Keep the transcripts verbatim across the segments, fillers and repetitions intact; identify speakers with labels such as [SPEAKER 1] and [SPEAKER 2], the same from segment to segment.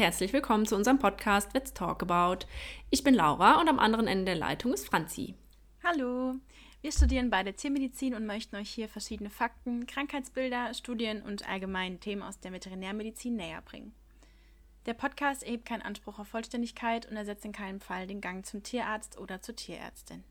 [SPEAKER 1] herzlich willkommen zu unserem Podcast Let's Talk About. Ich bin Laura und am anderen Ende der Leitung ist Franzi.
[SPEAKER 2] Hallo, wir studieren beide Tiermedizin und möchten euch hier verschiedene Fakten, Krankheitsbilder, Studien und allgemeine Themen aus der Veterinärmedizin näher bringen. Der Podcast erhebt keinen Anspruch auf Vollständigkeit und ersetzt in keinem Fall den Gang zum Tierarzt oder zur Tierärztin.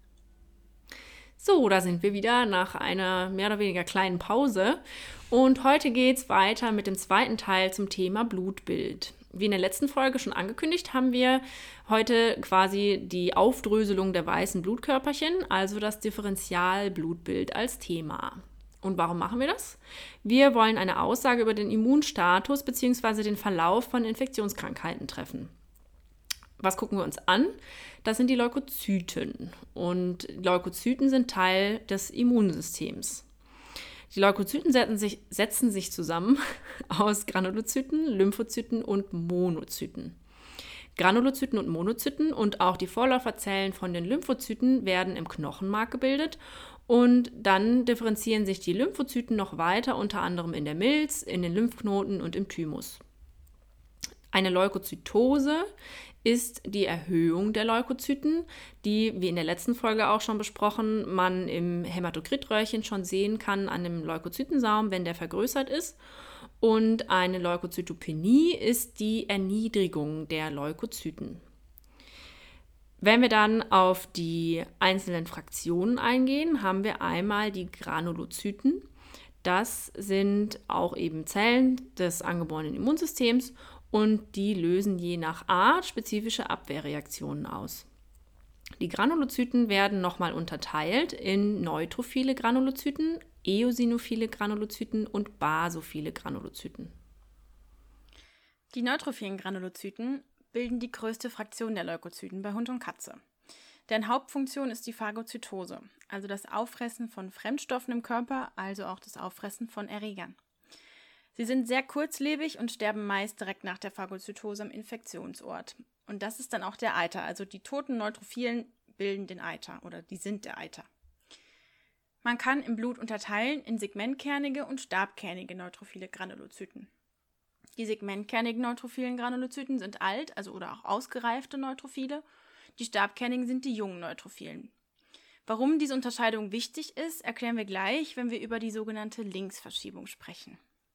[SPEAKER 1] So, da sind wir wieder nach einer mehr oder weniger kleinen Pause und heute geht es weiter mit dem zweiten Teil zum Thema Blutbild. Wie in der letzten Folge schon angekündigt, haben wir heute quasi die Aufdröselung der weißen Blutkörperchen, also das Differentialblutbild als Thema. Und warum machen wir das? Wir wollen eine Aussage über den Immunstatus bzw. den Verlauf von Infektionskrankheiten treffen. Was gucken wir uns an? Das sind die Leukozyten. Und Leukozyten sind Teil des Immunsystems. Die Leukozyten setzen sich, setzen sich zusammen aus Granulozyten, Lymphozyten und Monozyten. Granulozyten und Monozyten und auch die Vorläuferzellen von den Lymphozyten werden im Knochenmark gebildet und dann differenzieren sich die Lymphozyten noch weiter, unter anderem in der Milz, in den Lymphknoten und im Thymus. Eine Leukozytose ist die Erhöhung der Leukozyten, die, wie in der letzten Folge auch schon besprochen, man im Hämatokritröhrchen schon sehen kann an dem Leukozytensaum, wenn der vergrößert ist. Und eine Leukozytopenie ist die Erniedrigung der Leukozyten. Wenn wir dann auf die einzelnen Fraktionen eingehen, haben wir einmal die Granulozyten. Das sind auch eben Zellen des angeborenen Immunsystems und die lösen je nach Art spezifische Abwehrreaktionen aus. Die Granulozyten werden nochmal unterteilt in neutrophile Granulozyten, eosinophile Granulozyten und basophile Granulozyten.
[SPEAKER 2] Die neutrophilen Granulozyten bilden die größte Fraktion der Leukozyten bei Hund und Katze. Deren Hauptfunktion ist die Phagozytose, also das Auffressen von Fremdstoffen im Körper, also auch das Auffressen von Erregern. Sie sind sehr kurzlebig und sterben meist direkt nach der Phagozytose am Infektionsort. Und das ist dann auch der Eiter, also die toten Neutrophilen bilden den Eiter oder die sind der Eiter. Man kann im Blut unterteilen in segmentkernige und stabkernige neutrophile Granulozyten. Die segmentkernigen neutrophilen Granulozyten sind alt, also oder auch ausgereifte Neutrophile. Die stabkernigen sind die jungen Neutrophilen. Warum diese Unterscheidung wichtig ist, erklären wir gleich, wenn wir über die sogenannte Linksverschiebung sprechen.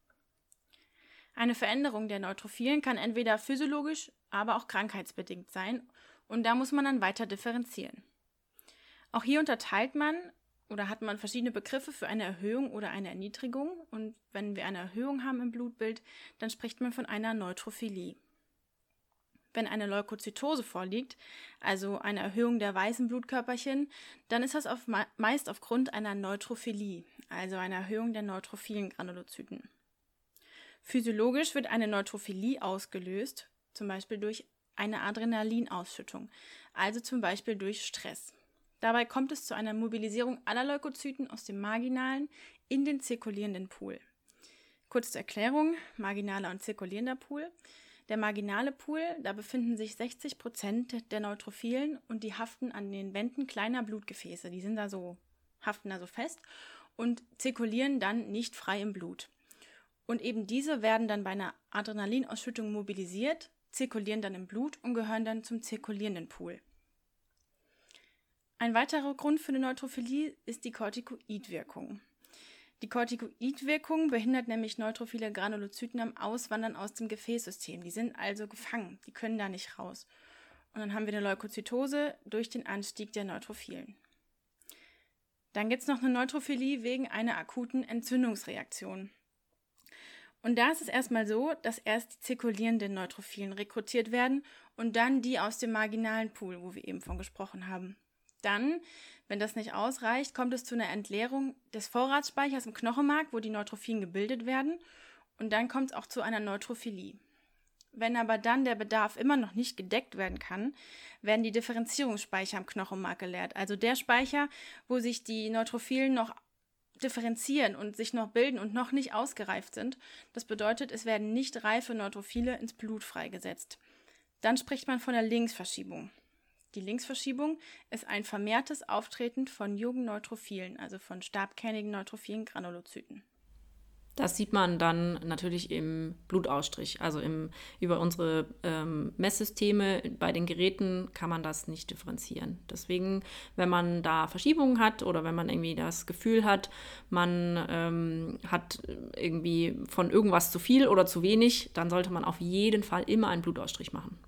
[SPEAKER 2] Eine Veränderung der Neutrophilen kann entweder physiologisch, aber auch krankheitsbedingt sein und da muss man dann weiter differenzieren. Auch hier unterteilt man oder hat man verschiedene Begriffe für eine Erhöhung oder eine Erniedrigung und wenn wir eine Erhöhung haben im Blutbild, dann spricht man von einer Neutrophilie. Wenn eine Leukozytose vorliegt, also eine Erhöhung der weißen Blutkörperchen, dann ist das auf, meist aufgrund einer Neutrophilie, also einer Erhöhung der neutrophilen Granulozyten. Physiologisch wird eine Neutrophilie ausgelöst, zum Beispiel durch eine Adrenalinausschüttung, also zum Beispiel durch Stress. Dabei kommt es zu einer Mobilisierung aller Leukozyten aus dem marginalen in den zirkulierenden Pool. Kurz zur Erklärung, marginaler und zirkulierender Pool. Der marginale Pool, da befinden sich sechzig Prozent der Neutrophilen und die haften an den Wänden kleiner Blutgefäße, die sind da so, haften da so fest und zirkulieren dann nicht frei im Blut. Und eben diese werden dann bei einer Adrenalinausschüttung mobilisiert, zirkulieren dann im Blut und gehören dann zum zirkulierenden Pool. Ein weiterer Grund für eine Neutrophilie ist die Corticoidwirkung. Die Corticoidwirkung behindert nämlich neutrophile Granulozyten am Auswandern aus dem Gefäßsystem. Die sind also gefangen, die können da nicht raus. Und dann haben wir eine Leukozytose durch den Anstieg der Neutrophilen. Dann gibt es noch eine Neutrophilie wegen einer akuten Entzündungsreaktion. Und da ist es erstmal so, dass erst die zirkulierenden Neutrophilen rekrutiert werden und dann die aus dem marginalen Pool, wo wir eben von gesprochen haben. Dann, wenn das nicht ausreicht, kommt es zu einer Entleerung des Vorratsspeichers im Knochenmark, wo die Neutrophilen gebildet werden und dann kommt es auch zu einer Neutrophilie. Wenn aber dann der Bedarf immer noch nicht gedeckt werden kann, werden die Differenzierungsspeicher im Knochenmark geleert, also der Speicher, wo sich die Neutrophilen noch differenzieren und sich noch bilden und noch nicht ausgereift sind. Das bedeutet, es werden nicht reife Neutrophile ins Blut freigesetzt. Dann spricht man von der Linksverschiebung. Die Linksverschiebung ist ein vermehrtes Auftreten von jungen Neutrophilen, also von stabkernigen neutrophilen Granulozyten.
[SPEAKER 1] Das sieht man dann natürlich im Blutausstrich, also im, über unsere ähm, Messsysteme. Bei den Geräten kann man das nicht differenzieren. Deswegen, wenn man da Verschiebungen hat oder wenn man irgendwie das Gefühl hat, man ähm, hat irgendwie von irgendwas zu viel oder zu wenig, dann sollte man auf jeden Fall immer einen Blutausstrich machen.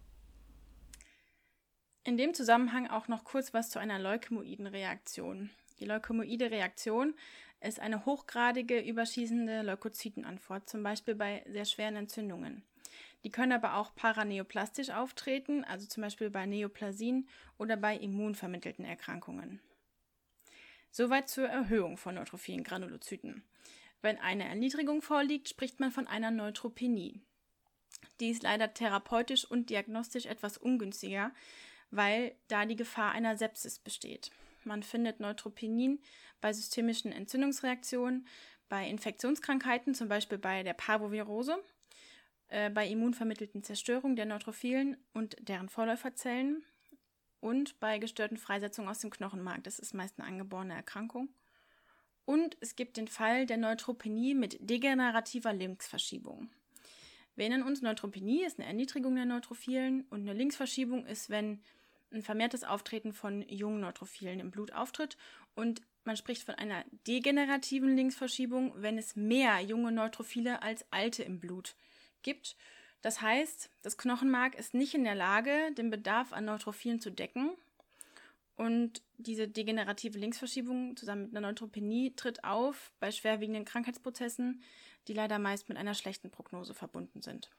[SPEAKER 2] In dem Zusammenhang auch noch kurz was zu einer leukämoiden Reaktion. Die leukämoide Reaktion ist eine hochgradige, überschießende Leukozytenantwort, zum Beispiel bei sehr schweren Entzündungen. Die können aber auch paraneoplastisch auftreten, also zum Beispiel bei Neoplasien oder bei immunvermittelten Erkrankungen. Soweit zur Erhöhung von neutrophilen Granulozyten. Wenn eine Erniedrigung vorliegt, spricht man von einer Neutropenie. Die ist leider therapeutisch und diagnostisch etwas ungünstiger, weil da die Gefahr einer Sepsis besteht. Man findet Neutropenien bei systemischen Entzündungsreaktionen, bei Infektionskrankheiten, zum Beispiel bei der Parvovirose, äh, bei immunvermittelten Zerstörung der Neutrophilen und deren Vorläuferzellen und bei gestörten Freisetzungen aus dem Knochenmark. Das ist meist eine angeborene Erkrankung. Und es gibt den Fall der Neutropenie mit degenerativer Linksverschiebung. Wir erinnern uns, Neutropenie ist eine Erniedrigung der Neutrophilen und eine Linksverschiebung ist, wenn ein vermehrtes Auftreten von jungen Neutrophilen im Blut auftritt und man spricht von einer degenerativen Linksverschiebung, wenn es mehr junge Neutrophile als alte im Blut gibt. Das heißt, das Knochenmark ist nicht in der Lage, den Bedarf an Neutrophilen zu decken und diese degenerative Linksverschiebung zusammen mit einer Neutropenie tritt auf bei schwerwiegenden Krankheitsprozessen, die leider meist mit einer schlechten Prognose verbunden sind.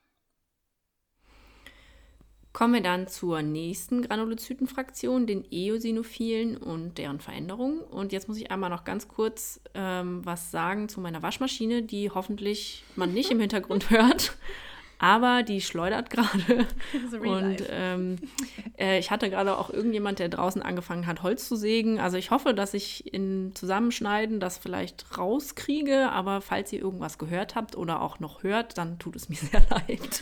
[SPEAKER 1] Kommen wir dann zur nächsten Granulozytenfraktion, den Eosinophilen und deren Veränderung. Und jetzt muss ich einmal noch ganz kurz ähm, was sagen zu meiner Waschmaschine, die hoffentlich man nicht im Hintergrund hört. Aber die schleudert gerade. Und ähm, äh, ich hatte gerade auch irgendjemand, der draußen angefangen hat, Holz zu sägen. Also ich hoffe, dass ich in Zusammenschneiden das vielleicht rauskriege. Aber falls ihr irgendwas gehört habt oder auch noch hört, dann tut es mir sehr leid.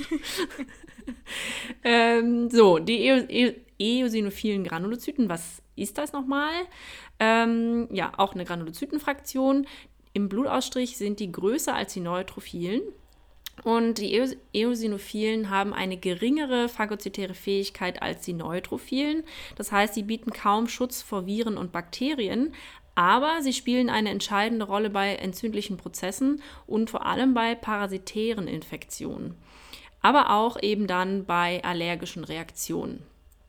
[SPEAKER 1] ähm, so, die e- e- eosinophilen Granulozyten, was ist das nochmal? Ähm, ja, auch eine Granulozytenfraktion. Im Blutausstrich sind die größer als die Neutrophilen. Und die Eosinophilen haben eine geringere phagozytäre Fähigkeit als die Neutrophilen. Das heißt, sie bieten kaum Schutz vor Viren und Bakterien, aber sie spielen eine entscheidende Rolle bei entzündlichen Prozessen und vor allem bei parasitären Infektionen, aber auch eben dann bei allergischen Reaktionen.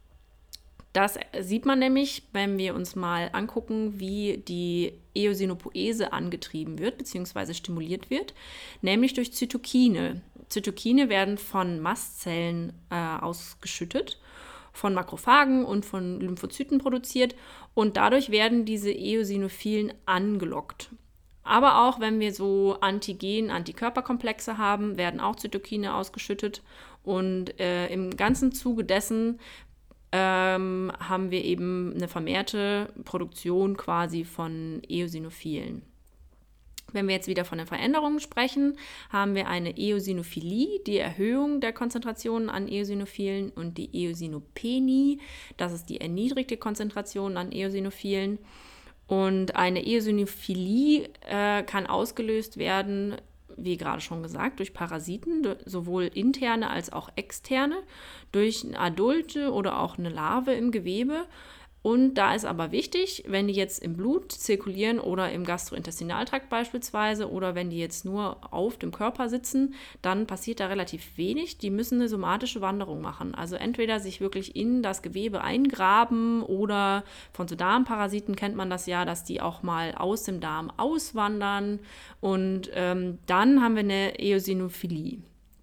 [SPEAKER 1] Das sieht man nämlich, wenn wir uns mal angucken, wie die Eosinopoese angetrieben wird bzw. stimuliert wird, nämlich durch Zytokine. Zytokine werden von Mastzellen äh, ausgeschüttet, von Makrophagen und von Lymphozyten produziert und dadurch werden diese Eosinophilen angelockt. Aber auch wenn wir so Antigen-Antikörperkomplexe haben, werden auch Zytokine ausgeschüttet und äh, im ganzen Zuge dessen Ähm, haben wir eben eine vermehrte Produktion quasi von Eosinophilen. Wenn wir jetzt wieder von den Veränderungen sprechen, haben wir eine Eosinophilie, die Erhöhung der Konzentrationen an Eosinophilen, und die Eosinopenie, das ist die erniedrigte Konzentration an Eosinophilen. Und eine Eosinophilie äh, kann ausgelöst werden, wie gerade schon gesagt, durch Parasiten, sowohl interne als auch externe, durch Adulte oder auch eine Larve im Gewebe. Und da ist aber wichtig, wenn die jetzt im Blut zirkulieren oder im Gastrointestinaltrakt beispielsweise oder wenn die jetzt nur auf dem Körper sitzen, dann passiert da relativ wenig. Die müssen eine somatische Wanderung machen. Also entweder sich wirklich in das Gewebe eingraben oder von so Darmparasiten kennt man das ja, dass die auch mal aus dem Darm auswandern. Und ähm, dann haben wir eine Eosinophilie.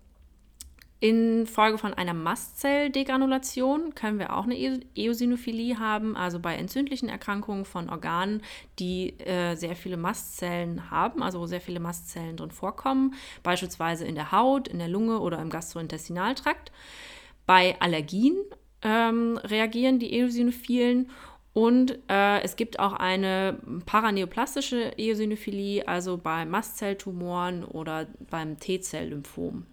[SPEAKER 1] Infolge von einer Mastzell-Degranulation können wir auch eine Eosinophilie haben, also bei entzündlichen Erkrankungen von Organen, die äh, sehr viele Mastzellen haben, also wo sehr viele Mastzellen drin vorkommen, beispielsweise in der Haut, in der Lunge oder im Gastrointestinaltrakt. Bei Allergien ähm, reagieren die Eosinophilen. Und äh, es gibt auch eine paraneoplastische Eosinophilie, also bei Mastzelltumoren oder beim T-Zell-Lymphom.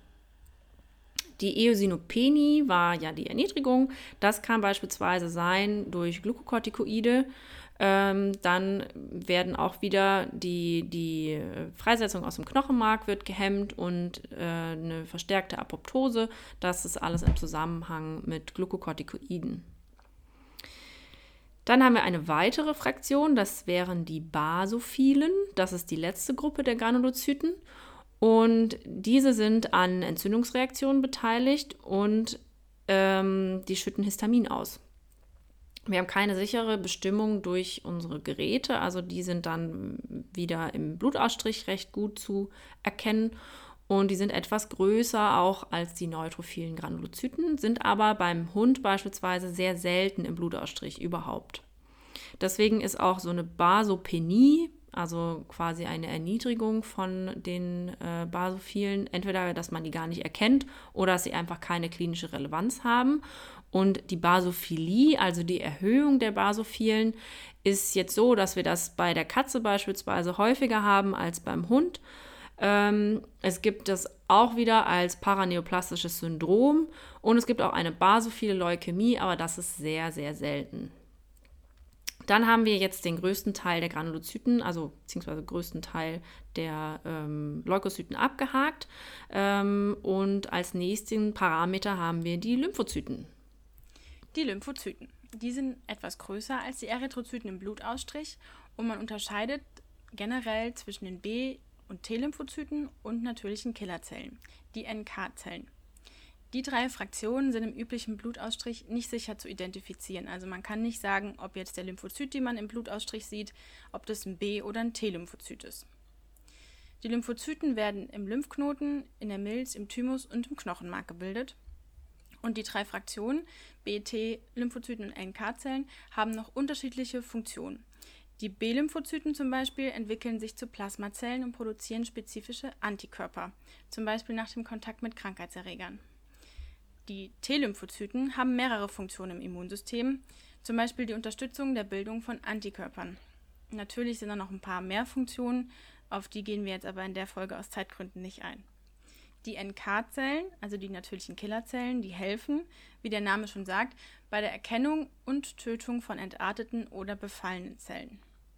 [SPEAKER 1] Die Eosinopenie war ja die Erniedrigung. Das kann beispielsweise sein durch Glukokortikoide ähm, dann werden auch wieder die, die Freisetzung aus dem Knochenmark wird gehemmt und äh, eine verstärkte Apoptose. Das ist alles im Zusammenhang mit Glukokortikoiden. Dann haben wir eine weitere Fraktion, das wären die Basophilen. Das ist die letzte Gruppe der Granulozyten. Und diese sind an Entzündungsreaktionen beteiligt und ähm, die schütten Histamin aus. Wir haben keine sichere Bestimmung durch unsere Geräte, also die sind dann wieder im Blutausstrich recht gut zu erkennen und die sind etwas größer auch als die neutrophilen Granulozyten, sind aber beim Hund beispielsweise sehr selten im Blutausstrich überhaupt. Deswegen ist auch so eine Basopenie, also quasi eine Erniedrigung von den äh, Basophilen, entweder, dass man die gar nicht erkennt oder dass sie einfach keine klinische Relevanz haben. Und die Basophilie, also die Erhöhung der Basophilen, ist jetzt so, dass wir das bei der Katze beispielsweise häufiger haben als beim Hund. Ähm, es gibt das auch wieder als paraneoplastisches Syndrom und es gibt auch eine basophile Leukämie, aber das ist sehr, sehr selten. Dann haben wir jetzt den größten Teil der Granulozyten, also beziehungsweise größten Teil der ähm, Leukozyten abgehakt. Ähm, und als nächsten Parameter haben wir die Lymphozyten.
[SPEAKER 2] Die Lymphozyten. Die sind etwas größer als die Erythrozyten im Blutausstrich und man unterscheidet generell zwischen den B- und T-Lymphozyten und natürlichen Killerzellen, die N K-Zellen. Die drei Fraktionen sind im üblichen Blutausstrich nicht sicher zu identifizieren. Also man kann nicht sagen, ob jetzt der Lymphozyt, den man im Blutausstrich sieht, ob das ein B- oder ein T-Lymphozyt ist. Die Lymphozyten werden im Lymphknoten, in der Milz, im Thymus und im Knochenmark gebildet. Und die drei Fraktionen, B, T-Lymphozyten und N K-Zellen, haben noch unterschiedliche Funktionen. Die B-Lymphozyten zum Beispiel entwickeln sich zu Plasmazellen und produzieren spezifische Antikörper, zum Beispiel nach dem Kontakt mit Krankheitserregern. Die T-Lymphozyten haben mehrere Funktionen im Immunsystem, zum Beispiel die Unterstützung der Bildung von Antikörpern. Natürlich sind da noch ein paar mehr Funktionen, auf die gehen wir jetzt aber in der Folge aus Zeitgründen nicht ein. Die N K-Zellen, also die natürlichen Killerzellen, die helfen, wie der Name schon sagt, bei der Erkennung und Tötung von entarteten oder befallenen Zellen.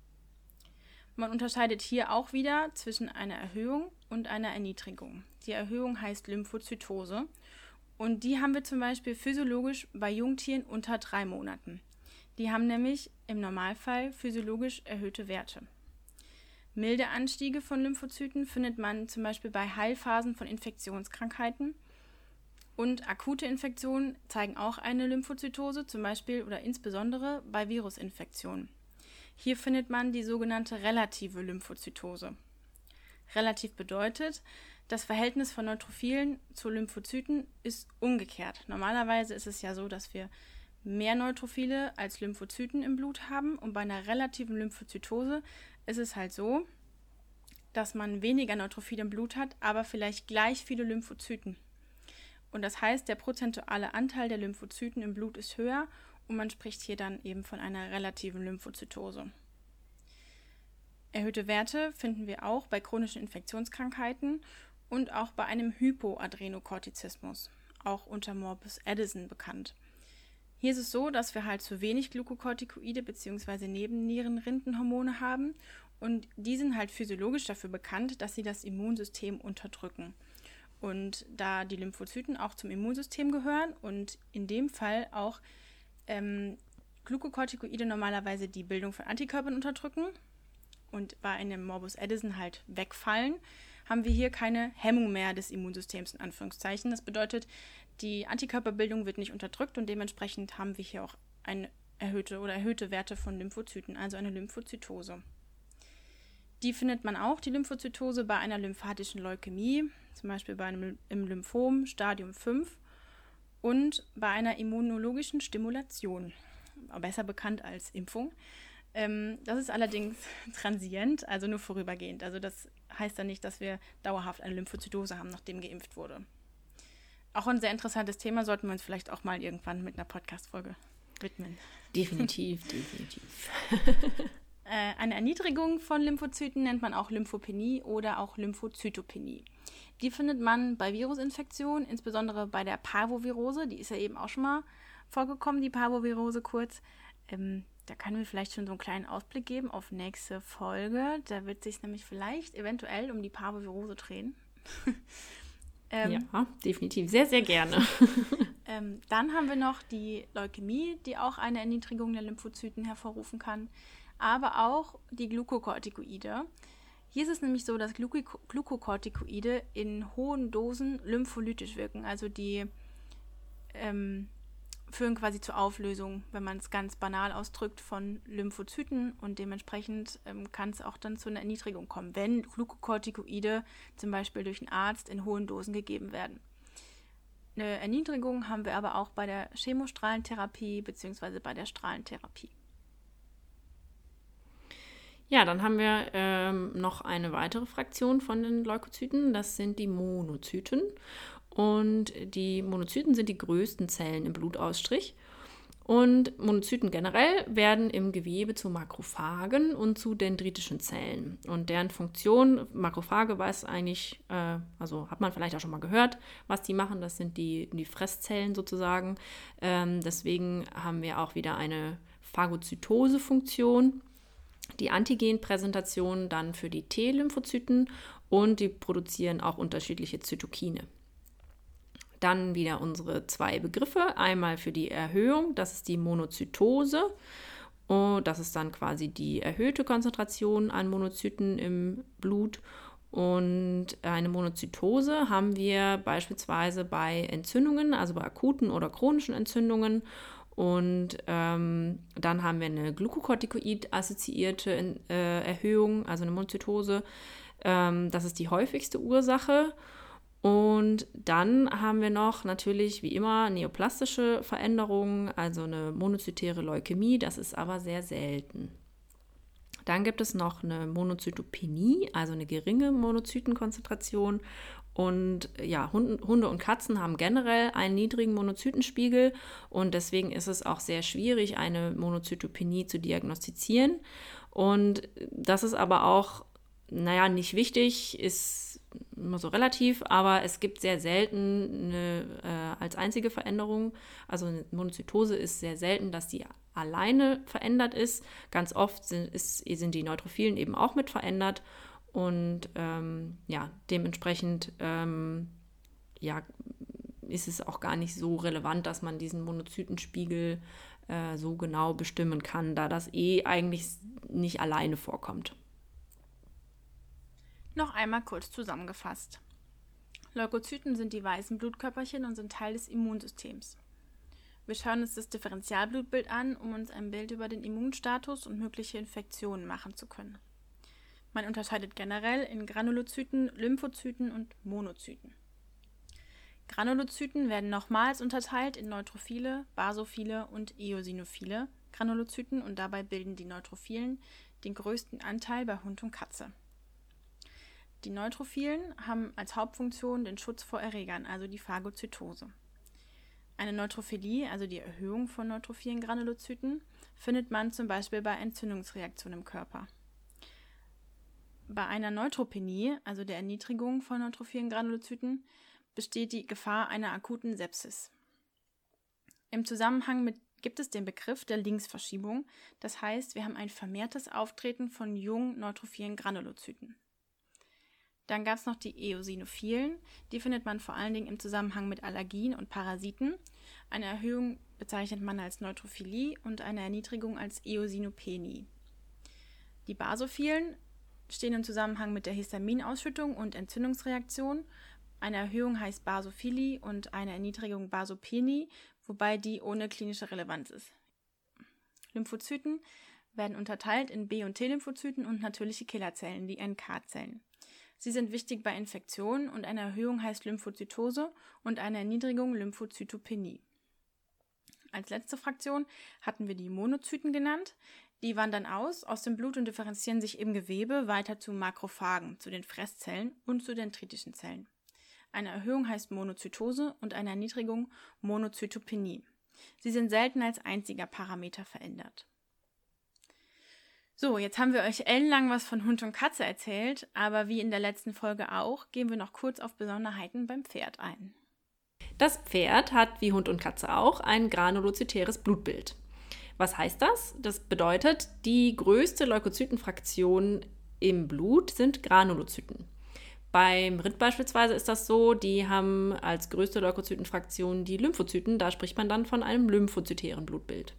[SPEAKER 2] Man unterscheidet hier auch wieder zwischen einer Erhöhung und einer Erniedrigung. Die Erhöhung heißt Lymphozytose und die haben wir zum Beispiel physiologisch bei Jungtieren unter drei Monaten. Die haben nämlich im Normalfall physiologisch erhöhte Werte. Milde Anstiege von Lymphozyten findet man zum Beispiel bei Heilphasen von Infektionskrankheiten und akute Infektionen zeigen auch eine Lymphozytose, zum Beispiel oder insbesondere bei Virusinfektionen. Hier findet man die sogenannte relative Lymphozytose. Relativ bedeutet, das Verhältnis von Neutrophilen zu Lymphozyten ist umgekehrt. Normalerweise ist es ja so, dass wir mehr Neutrophile als Lymphozyten im Blut haben und bei einer relativen Lymphozytose ist es halt so, dass man weniger Neutrophile im Blut hat, aber vielleicht gleich viele Lymphozyten. Und das heißt, der prozentuale Anteil der Lymphozyten im Blut ist höher und man spricht hier dann eben von einer relativen Lymphozytose. Erhöhte Werte finden wir auch bei chronischen Infektionskrankheiten und auch bei einem Hypoadrenokortizismus, auch unter Morbus Addison bekannt. Hier ist es so, dass wir halt zu wenig Glukokortikoide bzw. Nebennierenrindenhormone haben und die sind halt physiologisch dafür bekannt, dass sie das Immunsystem unterdrücken. Und da die Lymphozyten auch zum Immunsystem gehören und in dem Fall auch ähm, Glukokortikoide normalerweise die Bildung von Antikörpern unterdrücken und bei einem Morbus Addison halt wegfallen, haben wir hier keine Hemmung mehr des Immunsystems in Anführungszeichen. Das bedeutet, die Antikörperbildung wird nicht unterdrückt und dementsprechend haben wir hier auch eine erhöhte oder erhöhte Werte von Lymphozyten, also eine Lymphozytose. Die findet man auch, die Lymphozytose, bei einer lymphatischen Leukämie, zum Beispiel bei einem im Lymphom Stadium fünf und bei einer immunologischen Stimulation, besser bekannt als Impfung. Ähm, das ist allerdings transient, also nur vorübergehend. Also das heißt dann nicht, dass wir dauerhaft eine Lymphozytose haben, nachdem geimpft wurde. Auch ein sehr interessantes Thema, sollten wir uns vielleicht auch mal irgendwann mit einer Podcast-Folge widmen.
[SPEAKER 1] Definitiv, definitiv.
[SPEAKER 2] äh, eine Erniedrigung von Lymphozyten nennt man auch Lymphopenie oder auch Lymphozytopenie. Die findet man bei Virusinfektionen, insbesondere bei der Parvovirose, die ist ja eben auch schon mal vorgekommen, die Parvovirose kurz. Ähm, Da können wir vielleicht schon so einen kleinen Ausblick geben auf nächste Folge. Da wird sich nämlich vielleicht eventuell um die Parvovirose drehen.
[SPEAKER 1] ähm, ja, definitiv. Sehr, sehr gerne.
[SPEAKER 2] ähm, dann haben wir noch die Leukämie, die auch eine Erniedrigung der Lymphozyten hervorrufen kann, aber auch die Glukokortikoide. Hier ist es nämlich so, dass Gluko- Glukokortikoide in hohen Dosen lympholytisch wirken, also die ähm, führen quasi zur Auflösung, wenn man es ganz banal ausdrückt, von Lymphozyten und dementsprechend ähm, kann es auch dann zu einer Erniedrigung kommen, wenn Glukokortikoide zum Beispiel durch einen Arzt in hohen Dosen gegeben werden. Eine Erniedrigung haben wir aber auch bei der Chemostrahlentherapie bzw. bei der Strahlentherapie.
[SPEAKER 1] Ja, dann haben wir ähm, noch eine weitere Fraktion von den Leukozyten, das sind die Monozyten. Und die Monozyten sind die größten Zellen im Blutausstrich. Und Monozyten generell werden im Gewebe zu Makrophagen und zu dendritischen Zellen. Und deren Funktion, Makrophage weiß eigentlich, äh, also hat man vielleicht auch schon mal gehört, was die machen. Das sind die, die Fresszellen sozusagen. Ähm, deswegen haben wir auch wieder eine Phagozytose-Funktion. Die Antigenpräsentation dann für die T-Lymphozyten und die produzieren auch unterschiedliche Zytokine. Dann wieder unsere zwei Begriffe. Einmal für die Erhöhung, das ist die Monozytose. Und das ist dann quasi die erhöhte Konzentration an Monozyten im Blut. Und eine Monozytose haben wir beispielsweise bei Entzündungen, also bei akuten oder chronischen Entzündungen. Und ähm, dann haben wir eine Glukokortikoid-assoziierte äh, Erhöhung, also eine Monozytose. Ähm, das ist die häufigste Ursache. Und dann haben wir noch natürlich wie immer neoplastische Veränderungen, also eine monozytäre Leukämie, das ist aber sehr selten. Dann gibt es noch eine Monozytopenie, also eine geringe Monozytenkonzentration. Und ja, Hunde und Katzen haben generell einen niedrigen Monozytenspiegel und deswegen ist es auch sehr schwierig, eine Monozytopenie zu diagnostizieren. Und das ist aber auch, naja, nicht wichtig, ist immer so relativ, aber es gibt sehr selten eine, äh, als einzige Veränderung, also eine Monozytose ist sehr selten, dass die alleine verändert ist. Ganz oft sind, ist, sind die Neutrophilen eben auch mit verändert und ähm, ja, dementsprechend ähm, ja, ist es auch gar nicht so relevant, dass man diesen Monozytenspiegel äh, so genau bestimmen kann, da das eh eigentlich nicht alleine vorkommt.
[SPEAKER 2] Noch einmal kurz zusammengefasst. Leukozyten sind die weißen Blutkörperchen und sind Teil des Immunsystems. Wir schauen uns das Differentialblutbild an, um uns ein Bild über den Immunstatus und mögliche Infektionen machen zu können. Man unterscheidet generell in Granulozyten, Lymphozyten und Monozyten. Granulozyten werden nochmals unterteilt in neutrophile, basophile und eosinophile Granulozyten und dabei bilden die Neutrophilen den größten Anteil bei Hund und Katze. Die Neutrophilen haben als Hauptfunktion den Schutz vor Erregern, also die Phagozytose. Eine Neutrophilie, also die Erhöhung von neutrophilen Granulozyten, findet man zum Beispiel bei Entzündungsreaktionen im Körper. Bei einer Neutropenie, also der Erniedrigung von neutrophilen Granulozyten, besteht die Gefahr einer akuten Sepsis. Im Zusammenhang mit gibt es den Begriff der Linksverschiebung, das heißt, wir haben ein vermehrtes Auftreten von jungen neutrophilen Granulozyten. Dann gab es noch die Eosinophilen, die findet man vor allen Dingen im Zusammenhang mit Allergien und Parasiten. Eine Erhöhung bezeichnet man als Neutrophilie und eine Erniedrigung als Eosinopenie. Die Basophilen stehen im Zusammenhang mit der Histaminausschüttung und Entzündungsreaktion. Eine Erhöhung heißt Basophilie und eine Erniedrigung Basopenie, wobei die ohne klinische Relevanz ist. Lymphozyten werden unterteilt in B- und T-Lymphozyten und natürliche Killerzellen, die N K-Zellen. Sie sind wichtig bei Infektionen und eine Erhöhung heißt Lymphozytose und eine Erniedrigung Lymphozytopenie. Als letzte Fraktion hatten wir die Monozyten genannt. Die wandern aus aus dem Blut und differenzieren sich im Gewebe weiter zu Makrophagen, zu den Fresszellen und zu dendritischen Zellen. Eine Erhöhung heißt Monozytose und eine Erniedrigung Monozytopenie. Sie sind selten als einziger Parameter verändert. So, jetzt haben wir euch ellenlang was von Hund und Katze erzählt, aber wie in der letzten Folge auch, gehen wir noch kurz auf Besonderheiten beim Pferd ein.
[SPEAKER 1] Das Pferd hat, wie Hund und Katze auch, ein granulozytäres Blutbild. Was heißt das? Das bedeutet, die größte Leukozytenfraktion im Blut sind Granulozyten. Beim Rind beispielsweise ist das so, die haben als größte Leukozytenfraktion die Lymphozyten. Da spricht man dann von einem lymphozytären Blutbild.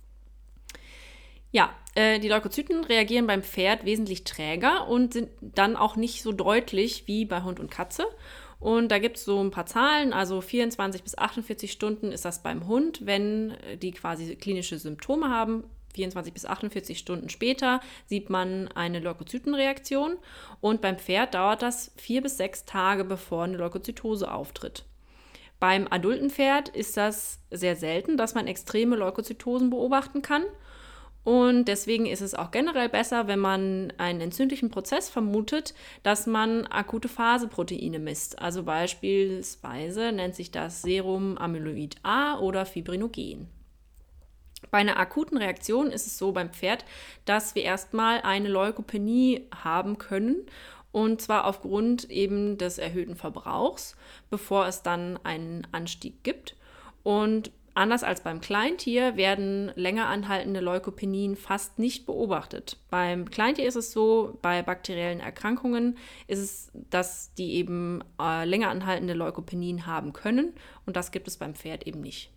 [SPEAKER 1] Ja, äh, die Leukozyten reagieren beim Pferd wesentlich träger und sind dann auch nicht so deutlich wie bei Hund und Katze. Und da gibt es so ein paar Zahlen, also vierundzwanzig bis achtundvierzig Stunden ist das beim Hund, wenn die quasi klinische Symptome haben. vierundzwanzig bis achtundvierzig Stunden später sieht man eine Leukozytenreaktion und beim Pferd dauert das vier bis sechs Tage, bevor eine Leukozytose auftritt. Beim adulten Pferd ist das sehr selten, dass man extreme Leukozytosen beobachten kann. Und deswegen ist es auch generell besser, wenn man einen entzündlichen Prozess vermutet, dass man akute Phaseproteine misst. Also beispielsweise nennt sich das Serum Amyloid A oder Fibrinogen. Bei einer akuten Reaktion ist es so beim Pferd, dass wir erstmal eine Leukopenie haben können, und zwar aufgrund eben des erhöhten Verbrauchs, bevor es dann einen Anstieg gibt. Und anders als beim Kleintier werden länger anhaltende Leukopenien fast nicht beobachtet. Beim Kleintier ist es so, bei bakteriellen Erkrankungen ist es, dass die eben äh, länger anhaltende Leukopenien haben können, und das gibt es beim Pferd eben nicht.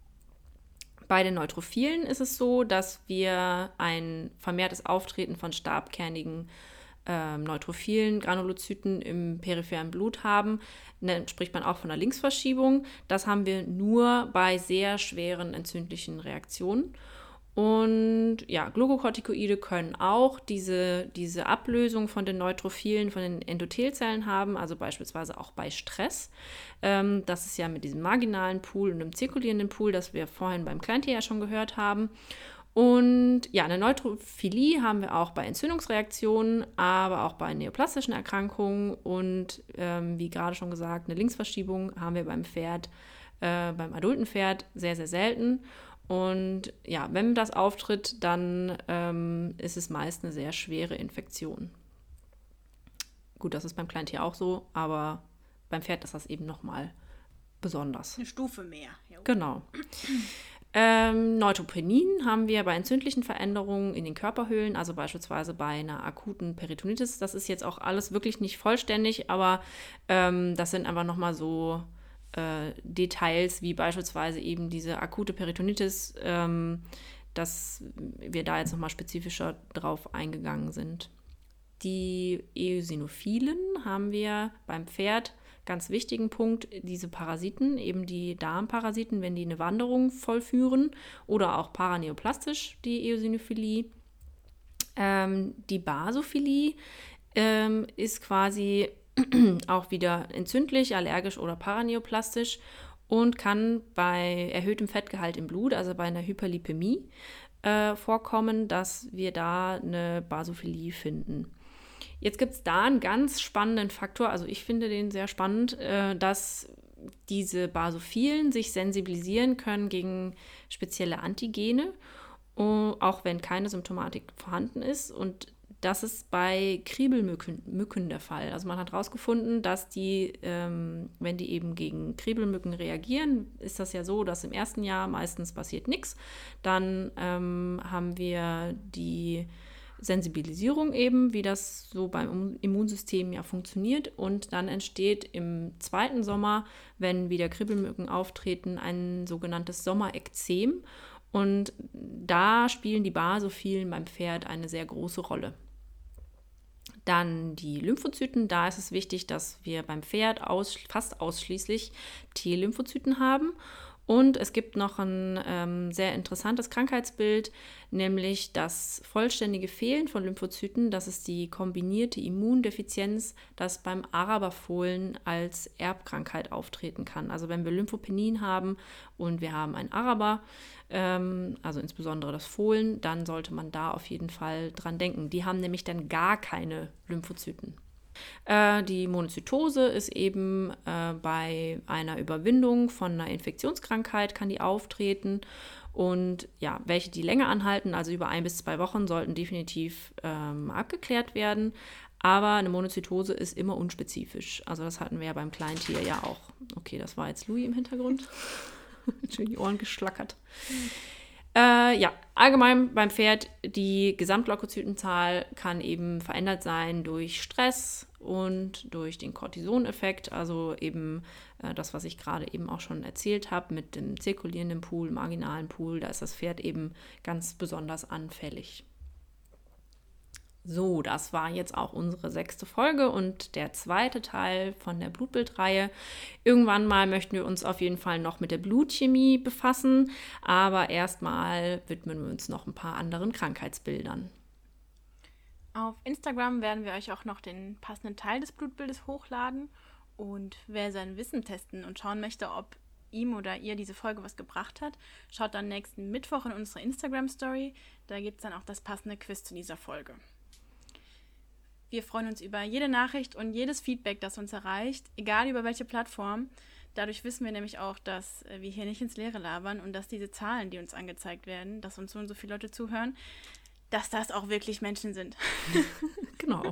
[SPEAKER 1] Bei den Neutrophilen ist es so, dass wir ein vermehrtes Auftreten von stabkernigen äh, neutrophilen Granulozyten im peripheren Blut haben. Dann spricht man auch von einer Linksverschiebung. Das haben wir nur bei sehr schweren entzündlichen Reaktionen. Und ja, Glucocorticoide können auch diese, diese Ablösung von den Neutrophilen, von den Endothelzellen haben, also beispielsweise auch bei Stress. Ähm, das ist ja mit diesem marginalen Pool und dem zirkulierenden Pool, das wir vorhin beim Kleintier ja schon gehört haben. Und ja, eine Neutrophilie haben wir auch bei Entzündungsreaktionen, aber auch bei neoplastischen Erkrankungen. Und ähm, wie gerade schon gesagt, eine Linksverschiebung haben wir beim Pferd, äh, beim adulten Pferd sehr, sehr selten. Und ja, wenn das auftritt, dann ähm, ist es meist eine sehr schwere Infektion. Gut, das ist beim Kleintier auch so, aber beim Pferd ist das eben nochmal besonders.
[SPEAKER 2] Eine Stufe mehr. Jo.
[SPEAKER 1] Genau. Ähm, Neutropenien haben wir bei entzündlichen Veränderungen in den Körperhöhlen, also beispielsweise bei einer akuten Peritonitis. Das ist jetzt auch alles wirklich nicht vollständig, aber ähm, das sind einfach nochmal so Äh, Details, wie beispielsweise eben diese akute Peritonitis, ähm, dass wir da jetzt nochmal spezifischer drauf eingegangen sind. Die Eosinophilen haben wir beim Pferd, ganz wichtigen Punkt, diese Parasiten, eben die Darmparasiten, wenn die eine Wanderung vollführen, oder auch paraneoplastisch die Eosinophilie. Ähm, die Basophilie ähm, ist quasi auch wieder entzündlich, allergisch oder paraneoplastisch und kann bei erhöhtem Fettgehalt im Blut, also bei einer Hyperlipämie, äh, vorkommen, dass wir da eine Basophilie finden. Jetzt gibt es da einen ganz spannenden Faktor, also ich finde den sehr spannend, äh, dass diese Basophilen sich sensibilisieren können gegen spezielle Antigene, auch wenn keine Symptomatik vorhanden ist, und das ist bei Kriebelmücken Mücken der Fall. Also man hat herausgefunden, dass die, ähm, wenn die eben gegen Kriebelmücken reagieren, ist das ja so, dass im ersten Jahr meistens passiert nichts. Dann ähm, haben wir die Sensibilisierung eben, wie das so beim Immunsystem ja funktioniert. Und dann entsteht im zweiten Sommer, wenn wieder Kriebelmücken auftreten, ein sogenanntes Sommerekzem. Und da spielen die Basophilen beim Pferd eine sehr große Rolle. Dann die Lymphozyten, da ist es wichtig, dass wir beim Pferd aus, fast ausschließlich T-Lymphozyten haben. Und es gibt noch ein ähm, sehr interessantes Krankheitsbild, nämlich das vollständige Fehlen von Lymphozyten. Das ist die kombinierte Immundefizienz, das beim Araberfohlen als Erbkrankheit auftreten kann. Also wenn wir Lymphopenien haben und wir haben einen Araber, ähm, also insbesondere das Fohlen, dann sollte man da auf jeden Fall dran denken. Die haben nämlich dann gar keine Lymphozyten. Äh, die Monozytose ist eben äh, bei einer Überwindung von einer Infektionskrankheit, kann die auftreten. Und ja, welche die länger anhalten, also über ein bis zwei Wochen, sollten definitiv ähm, abgeklärt werden. Aber eine Monozytose ist immer unspezifisch. Also das hatten wir ja beim Kleintier ja auch. Okay, das war jetzt Louis im Hintergrund. Schön die Ohren geschlackert. Äh, ja, allgemein beim Pferd, die Gesamtleukozytenzahl kann eben verändert sein durch Stress und durch den Cortisoneffekt, also eben äh, das, was ich gerade eben auch schon erzählt habe mit dem zirkulierenden Pool, marginalen Pool, da ist das Pferd eben ganz besonders anfällig. So, das war jetzt auch unsere sechste Folge und der zweite Teil von der Blutbildreihe. Irgendwann mal möchten wir uns auf jeden Fall noch mit der Blutchemie befassen, aber erstmal widmen wir uns noch ein paar anderen Krankheitsbildern.
[SPEAKER 2] Auf Instagram werden wir euch auch noch den passenden Teil des Blutbildes hochladen und wer sein Wissen testen und schauen möchte, ob ihm oder ihr diese Folge was gebracht hat, schaut dann nächsten Mittwoch in unsere Instagram-Story. Da gibt es dann auch das passende Quiz zu dieser Folge. Wir freuen uns über jede Nachricht und jedes Feedback, das uns erreicht, egal über welche Plattform. Dadurch wissen wir nämlich auch, dass wir hier nicht ins Leere labern und dass diese Zahlen, die uns angezeigt werden, dass uns so und so viele Leute zuhören, dass das auch wirklich Menschen sind.
[SPEAKER 1] Genau.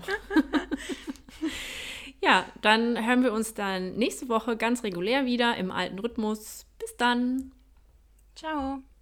[SPEAKER 1] Ja, dann hören wir uns dann nächste Woche ganz regulär wieder im alten Rhythmus. Bis dann.
[SPEAKER 2] Ciao.